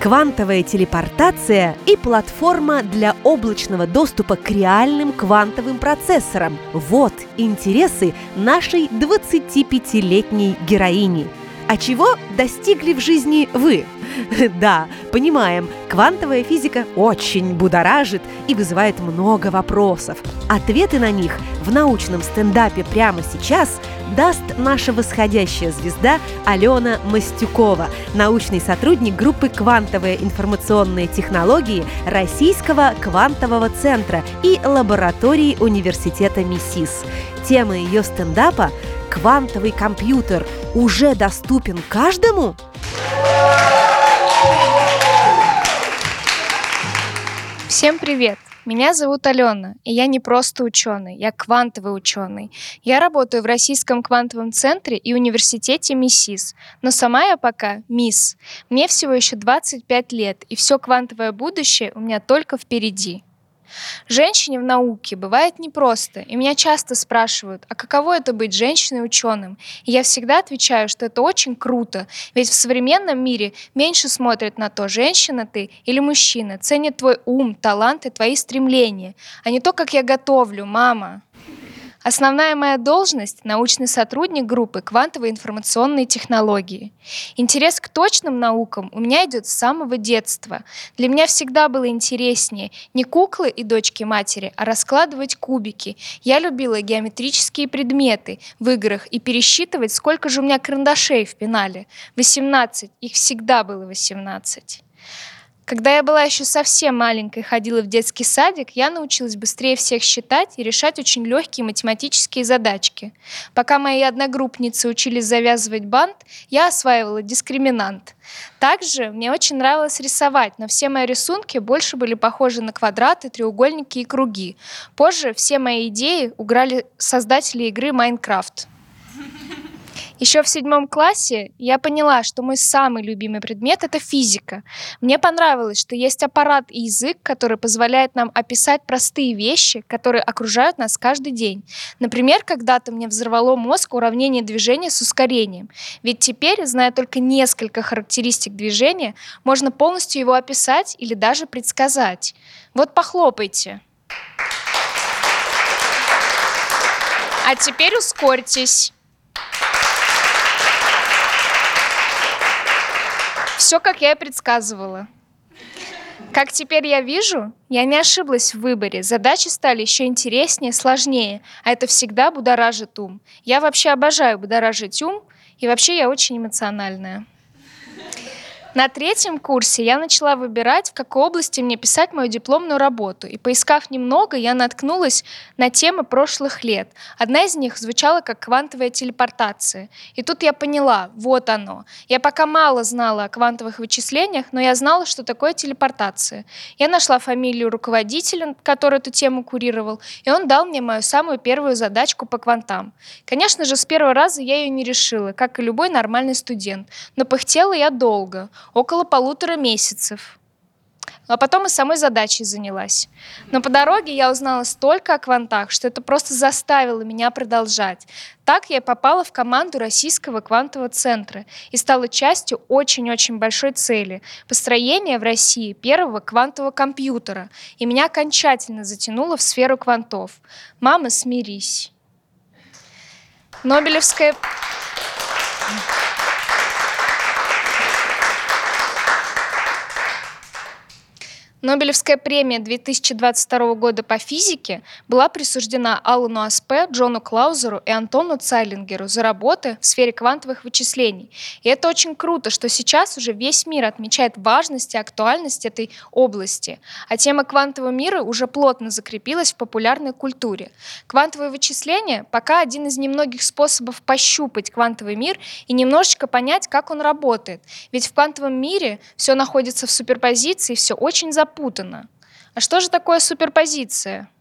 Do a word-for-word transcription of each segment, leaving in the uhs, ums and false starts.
квантовая телепортация и платформа для облачного доступа к реальным квантовым процессорам. Вот интересы нашей двадцатипятилетней героини. А чего достигли в жизни вы? Да, понимаем, квантовая физика очень будоражит и вызывает много вопросов. Ответы на них в научном стендапе прямо сейчас даст наша восходящая звезда Алена Мастюкова, научный сотрудник группы «Квантовые информационные технологии» Российского квантового центра и лаборатории университета МИСИС. Тема ее стендапа «Квантовый компьютер уже доступен каждому?» Всем привет! Меня зовут Алена, и я не просто ученый, я квантовый ученый. Я работаю в Российском квантовом центре и университете МИСИС, но сама я пока мисс. Мне всего еще двадцать пять лет, и все квантовое будущее у меня только впереди. Женщине в науке бывает непросто, и меня часто спрашивают, а каково это быть женщиной-ученым? И я всегда отвечаю, что это очень круто, ведь в современном мире меньше смотрят на то, женщина ты или мужчина, ценят твой ум, талант и твои стремления, а не то, как я готовлю, мама. Основная моя должность – научный сотрудник группы «Квантовые информационные технологии». Интерес к точным наукам у меня идет с самого детства. Для меня всегда было интереснее не куклы и дочки матери, а раскладывать кубики. Я любила геометрические предметы в играх и пересчитывать, сколько же у меня карандашей в пенале. восемнадцать, их всегда было восемнадцать. Когда я была еще совсем маленькой и ходила в детский садик, я научилась быстрее всех считать и решать очень легкие математические задачки. Пока мои одногруппницы учились завязывать бант, я осваивала дискриминант. Также мне очень нравилось рисовать, но все мои рисунки больше были похожи на квадраты, треугольники и круги. Позже все мои идеи украли создатели игры «Майнкрафт». Еще в седьмом классе я поняла, что мой самый любимый предмет — это физика. Мне понравилось, что есть аппарат и язык, который позволяет нам описать простые вещи, которые окружают нас каждый день. Например, когда-то мне взорвало мозг уравнение движения с ускорением. Ведь теперь, зная только несколько характеристик движения, можно полностью его описать или даже предсказать. Вот похлопайте. А теперь ускорьтесь. Все, как я и предсказывала. Как теперь я вижу, я не ошиблась в выборе. Задачи стали еще интереснее, сложнее, а это всегда будоражит ум. Я вообще обожаю будоражить ум, и вообще я очень эмоциональная. На третьем курсе я начала выбирать, в какой области мне писать мою дипломную работу. И поискав немного, я наткнулась на темы прошлых лет. Одна из них звучала как квантовая телепортация. И тут я поняла, вот оно. Я пока мало знала о квантовых вычислениях, но я знала, что такое телепортация. Я нашла фамилию руководителя, который эту тему курировал, и он дал мне мою самую первую задачку по квантам. Конечно же, с первого раза я ее не решила, как и любой нормальный студент. Но пыхтела я долго. Около полутора месяцев. А потом и самой задачей занялась. Но по дороге я узнала столько о квантах, что это просто заставило меня продолжать. Так я попала в команду Российского квантового центра и стала частью очень-очень большой цели – построения в России первого квантового компьютера. И меня окончательно затянуло в сферу квантов. Мама, смирись. Нобелевская... Нобелевская премия две тысячи двадцать второго года по физике была присуждена Алану Аспе, Джону Клаузеру и Антону Цайлингеру за работы в сфере квантовых вычислений. И это очень круто, что сейчас уже весь мир отмечает важность и актуальность этой области, а тема квантового мира уже плотно закрепилась в популярной культуре. Квантовые вычисления пока один из немногих способов пощупать квантовый мир и немножечко понять, как он работает. Ведь в квантовом мире все находится в суперпозиции, все очень запутано. Путано. А что же такое суперпозиция?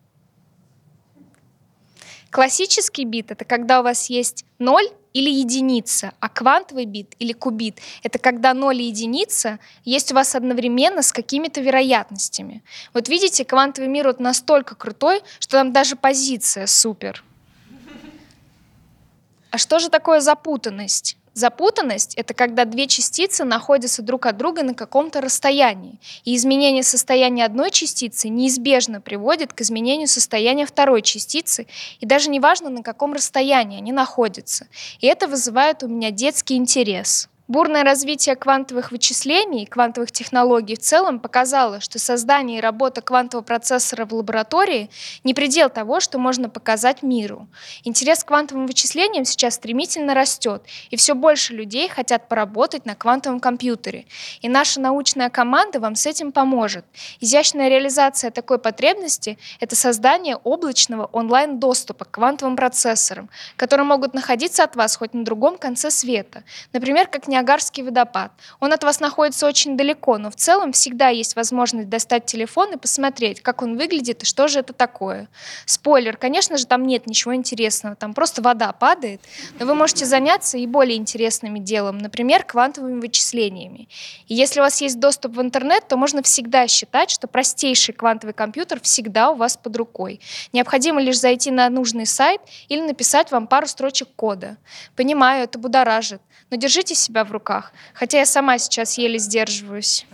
Классический бит — это когда у вас есть ноль или единица, а квантовый бит или кубит — это когда ноль и единица есть у вас одновременно с какими-то вероятностями. Вот видите, квантовый мир вот настолько крутой, что там даже позиция супер. А что же такое запутанность? Запутанность — это когда две частицы находятся друг от друга на каком-то расстоянии, и изменение состояния одной частицы неизбежно приводит к изменению состояния второй частицы, и даже неважно, на каком расстоянии они находятся. И это вызывает у меня детский интерес. Бурное развитие квантовых вычислений и квантовых технологий в целом показало, что создание и работа квантового процессора в лаборатории не предел того, что можно показать миру. Интерес к квантовым вычислениям сейчас стремительно растет, и все больше людей хотят поработать на квантовом компьютере. И наша научная команда вам с этим поможет. Изящная реализация такой потребности — это создание облачного онлайн-доступа к квантовым процессорам, которые могут находиться от вас хоть на другом конце света. Например, как Ниагарский водопад. Он от вас находится очень далеко, но в целом всегда есть возможность достать телефон и посмотреть, как он выглядит и что же это такое. Спойлер, конечно же, там нет ничего интересного, там просто вода падает, но вы можете заняться и более интересным делом, например, квантовыми вычислениями. И если у вас есть доступ в интернет, то можно всегда считать, что простейший квантовый компьютер всегда у вас под рукой. Необходимо лишь зайти на нужный сайт или написать вам пару строчек кода. Понимаю, это будоражит, но держите себя в руках, хотя я сама сейчас еле сдерживаюсь.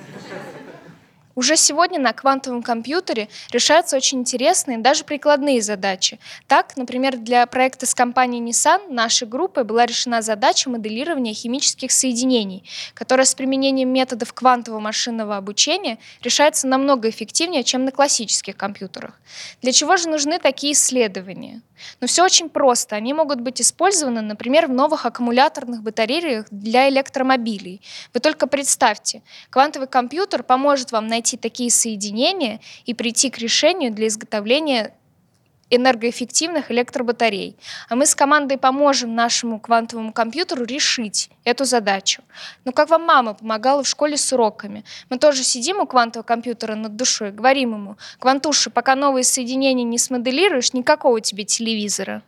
Уже сегодня на квантовом компьютере решаются очень интересные, даже прикладные задачи. Так, например, для проекта с компанией Nissan нашей группой была решена задача моделирования химических соединений, которая с применением методов квантового машинного обучения решается намного эффективнее, чем на классических компьютерах. Для чего же нужны такие исследования? Но все очень просто. Они могут быть использованы, например, в новых аккумуляторных батареях для электромобилей. Вы только представьте, квантовый компьютер поможет вам найти такие соединения и прийти к решению для изготовления энергоэффективных электробатарей. А мы с командой поможем нашему квантовому компьютеру решить эту задачу. Но как вам мама помогала в школе с уроками? Мы тоже сидим у квантового компьютера над душой и говорим ему: «Квантуша, пока новые соединения не смоделируешь, никакого тебе телевизора».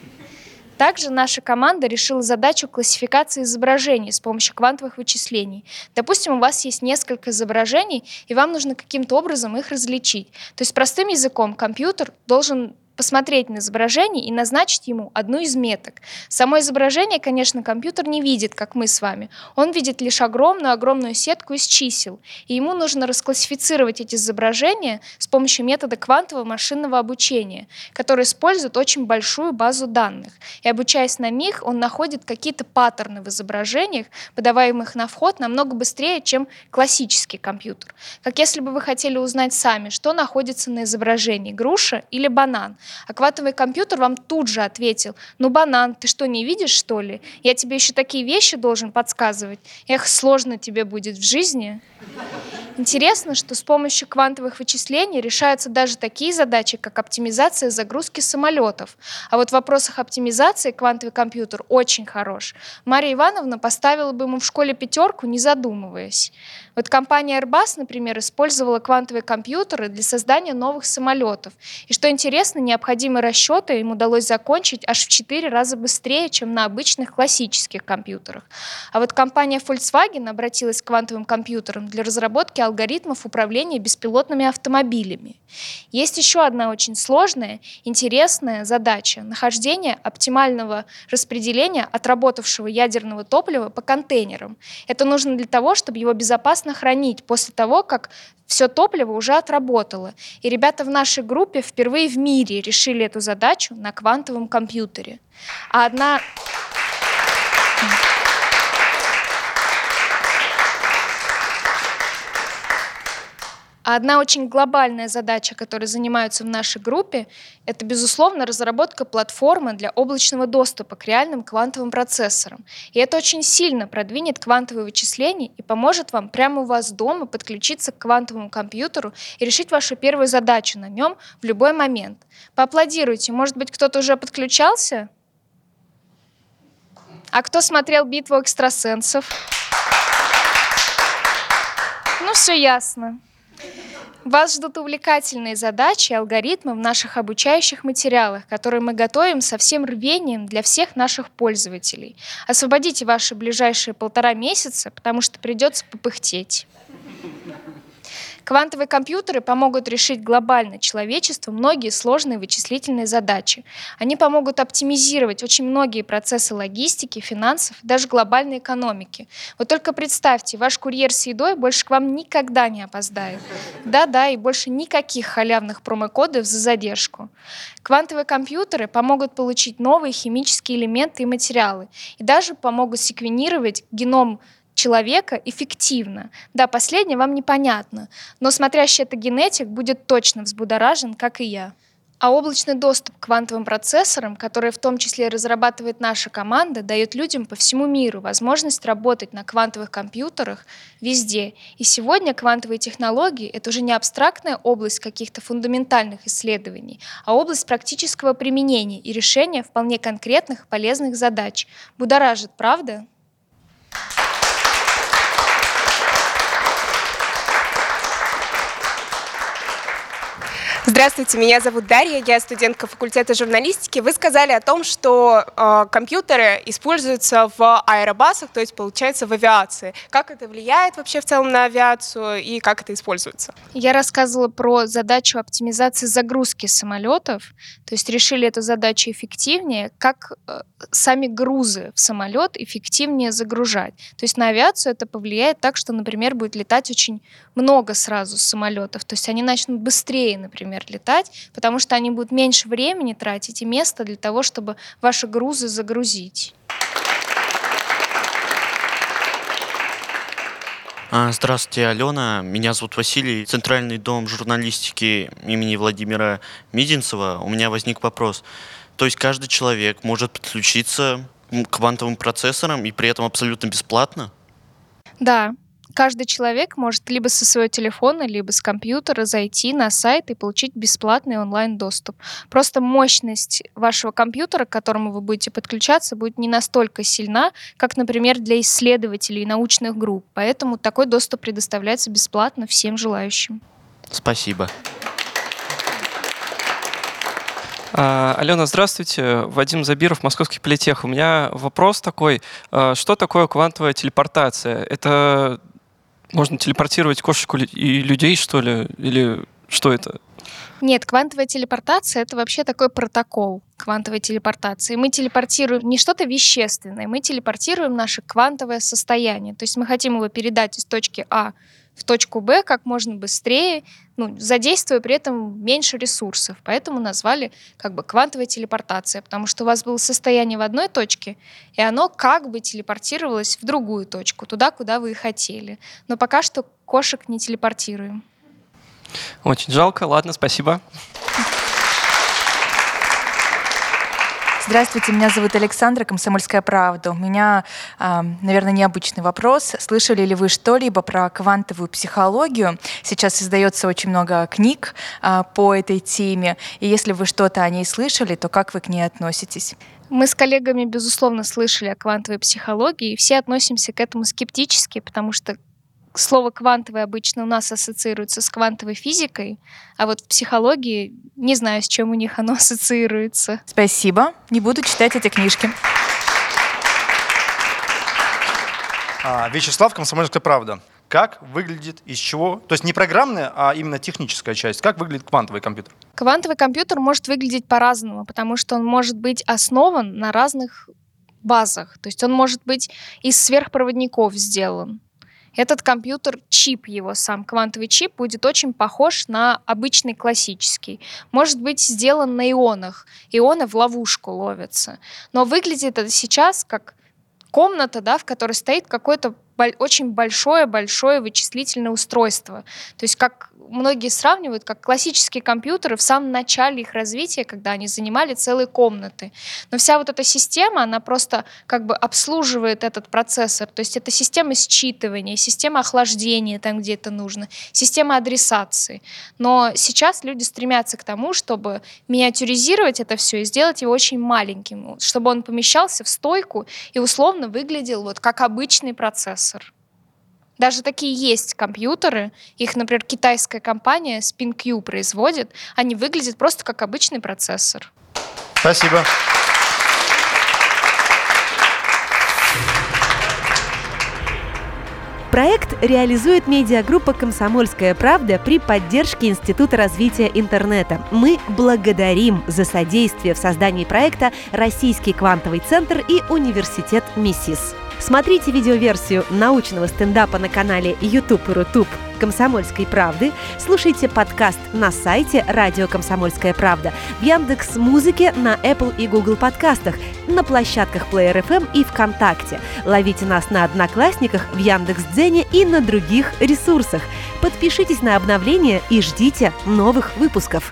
Также наша команда решила задачу классификации изображений с помощью квантовых вычислений. Допустим, у вас есть несколько изображений, и вам нужно каким-то образом их различить. То есть простым языком компьютер должен посмотреть на изображение и назначить ему одну из меток. Само изображение, конечно, компьютер не видит, как мы с вами. Он видит лишь огромную-огромную сетку из чисел. И ему нужно расклассифицировать эти изображения с помощью метода квантового машинного обучения, который использует очень большую базу данных. И обучаясь на них, он находит какие-то паттерны в изображениях, подаваемых на вход, намного быстрее, чем классический компьютер. Как если бы вы хотели узнать сами, что находится на изображении — груша или банан. А квантовый компьютер вам тут же ответил: «Ну, банан, ты что, не видишь, что ли? Я тебе еще такие вещи должен подсказывать. Эх, сложно тебе будет в жизни». Интересно, что с помощью квантовых вычислений решаются даже такие задачи, как оптимизация загрузки самолетов. А вот в вопросах оптимизации квантовый компьютер очень хорош. Мария Ивановна поставила бы ему в школе пятерку, не задумываясь. Вот компания Airbus, например, использовала квантовые компьютеры для создания новых самолетов. И что интересно, необходимые расчеты им удалось закончить аж в четыре раза быстрее, чем на обычных классических компьютерах. А вот компания Volkswagen обратилась к квантовым компьютерам для разработки алгоритмов управления беспилотными автомобилями. Есть еще одна очень сложная, интересная задача — нахождение оптимального распределения отработавшего ядерного топлива по контейнерам. Это нужно для того, чтобы его безопасно хранить после того, как все топливо уже отработало. И ребята в нашей группе впервые в мире решили эту задачу на квантовом компьютере. А одна... А одна очень глобальная задача, которой занимаются в нашей группе, это, безусловно, разработка платформы для облачного доступа к реальным квантовым процессорам. И это очень сильно продвинет квантовые вычисления и поможет вам прямо у вас дома подключиться к квантовому компьютеру и решить вашу первую задачу на нем в любой момент. Поаплодируйте, может быть, кто-то уже подключался? А кто смотрел «Битву экстрасенсов»? Ну, все ясно. Вас ждут увлекательные задачи и алгоритмы в наших обучающих материалах, которые мы готовим со всем рвением для всех наших пользователей. Освободите ваши ближайшие полтора месяца, потому что придется попыхтеть. Квантовые компьютеры помогут решить глобально человечеству многие сложные вычислительные задачи. Они помогут оптимизировать очень многие процессы логистики, финансов, даже глобальной экономики. Вот только представьте, ваш курьер с едой больше к вам никогда не опоздает. Да-да, и больше никаких халявных промокодов за задержку. Квантовые компьютеры помогут получить новые химические элементы и материалы, и даже помогут секвенировать геном человека эффективно. Да, последнее вам непонятно, но смотрящий это генетик будет точно взбудоражен, как и я. А облачный доступ к квантовым процессорам, которые в том числе разрабатывает наша команда, дает людям по всему миру возможность работать на квантовых компьютерах везде. И сегодня квантовые технологии — это уже не абстрактная область каких-то фундаментальных исследований, а область практического применения и решения вполне конкретных полезных задач. Будоражит, правда? Здравствуйте, меня зовут Дарья, я студентка факультета журналистики. Вы сказали о том, что э, компьютеры используются в аэробасах, то есть, получается, в авиации. Как это влияет вообще в целом на авиацию и как это используется? Я рассказывала про задачу оптимизации загрузки самолетов, то есть решили эту задачу эффективнее, как э, сами грузы в самолет эффективнее загружать. То есть на авиацию это повлияет так, что, например, будет летать очень много сразу самолетов, то есть они начнут быстрее, например, летать, потому что они будут меньше времени тратить и места для того, чтобы ваши грузы загрузить. Здравствуйте, Алена. Меня зовут Василий. Центральный дом журналистики имени Владимира Мизинцева. У меня возник вопрос. То есть каждый человек может подключиться к квантовым процессорам и при этом абсолютно бесплатно? Да. Каждый человек может либо со своего телефона, либо с компьютера зайти на сайт и получить бесплатный онлайн-доступ. Просто мощность вашего компьютера, к которому вы будете подключаться, будет не настолько сильна, как, например, для исследователей и научных групп. Поэтому такой доступ предоставляется бесплатно всем желающим. Спасибо. А, Алена, здравствуйте. Вадим Забиров, Московский политех. У меня вопрос такой. А, что такое квантовая телепортация? Это можно телепортировать кошечку и людей, что ли? Или что это? Нет, квантовая телепортация — это вообще такой протокол квантовой телепортации. Мы телепортируем не что-то вещественное, мы телепортируем наше квантовое состояние. То есть мы хотим его передать из точки А в точку Б как можно быстрее, ну, задействуя при этом меньше ресурсов. Поэтому назвали как бы квантовая телепортация, потому что у вас было состояние в одной точке, и оно как бы телепортировалось в другую точку, туда, куда вы и хотели. Но пока что кошек не телепортируем. Очень жалко. Ладно, спасибо. Здравствуйте, меня зовут Александра, «Комсомольская правда». У меня, наверное, необычный вопрос. Слышали ли вы что-либо про квантовую психологию? Сейчас издается очень много книг по этой теме. И если вы что-то о ней слышали, то как вы к ней относитесь? Мы с коллегами, безусловно, слышали о квантовой психологии, и все относимся к этому скептически, потому что слово «квантовый» обычно у нас ассоциируется с квантовой физикой, а вот в психологии не знаю, с чем у них оно ассоциируется. Спасибо. Не буду читать эти книжки. А, Вячеслав, «Комсомольская правда». Как выглядит, из чего, то есть не программная, а именно техническая часть, как выглядит квантовый компьютер? Квантовый компьютер может выглядеть по-разному, потому что он может быть основан на разных базах. То есть он может быть из сверхпроводников сделан. Этот компьютер, чип его сам, квантовый чип, будет очень похож на обычный классический. Может быть сделан на ионах. Ионы в ловушку ловятся. Но выглядит это сейчас как комната, да, в которой стоит какое-то очень большое-большое вычислительное устройство. То есть как многие сравнивают, как классические компьютеры в самом начале их развития, когда они занимали целые комнаты. Но вся вот эта система, она просто как бы обслуживает этот процессор. То есть это система считывания, система охлаждения там, где это нужно, система адресации. Но сейчас люди стремятся к тому, чтобы миниатюризировать это все и сделать его очень маленьким, чтобы он помещался в стойку и условно выглядел вот как обычный процессор. Даже такие есть компьютеры, их, например, китайская компания SpinQ производит, они выглядят просто как обычный процессор. Спасибо. Проект реализует медиагруппа «Комсомольская правда» при поддержке Института развития интернета. Мы благодарим за содействие в создании проекта Российский квантовый центр и Университет МИСИС. Смотрите видеоверсию научного стендапа на канале YouTube и Рутуб «Комсомольской правды», слушайте подкаст на сайте «Радио Комсомольская правда», в Яндекс.Музыке, на Apple и Google подкастах, на площадках Player эф эм и ВКонтакте. Ловите нас на Одноклассниках, в Яндекс.Дзене и на других ресурсах. Подпишитесь на обновления и ждите новых выпусков.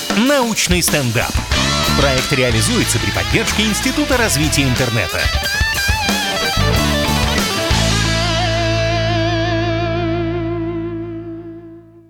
Научный стендап. Проект реализуется при поддержке Института развития интернета.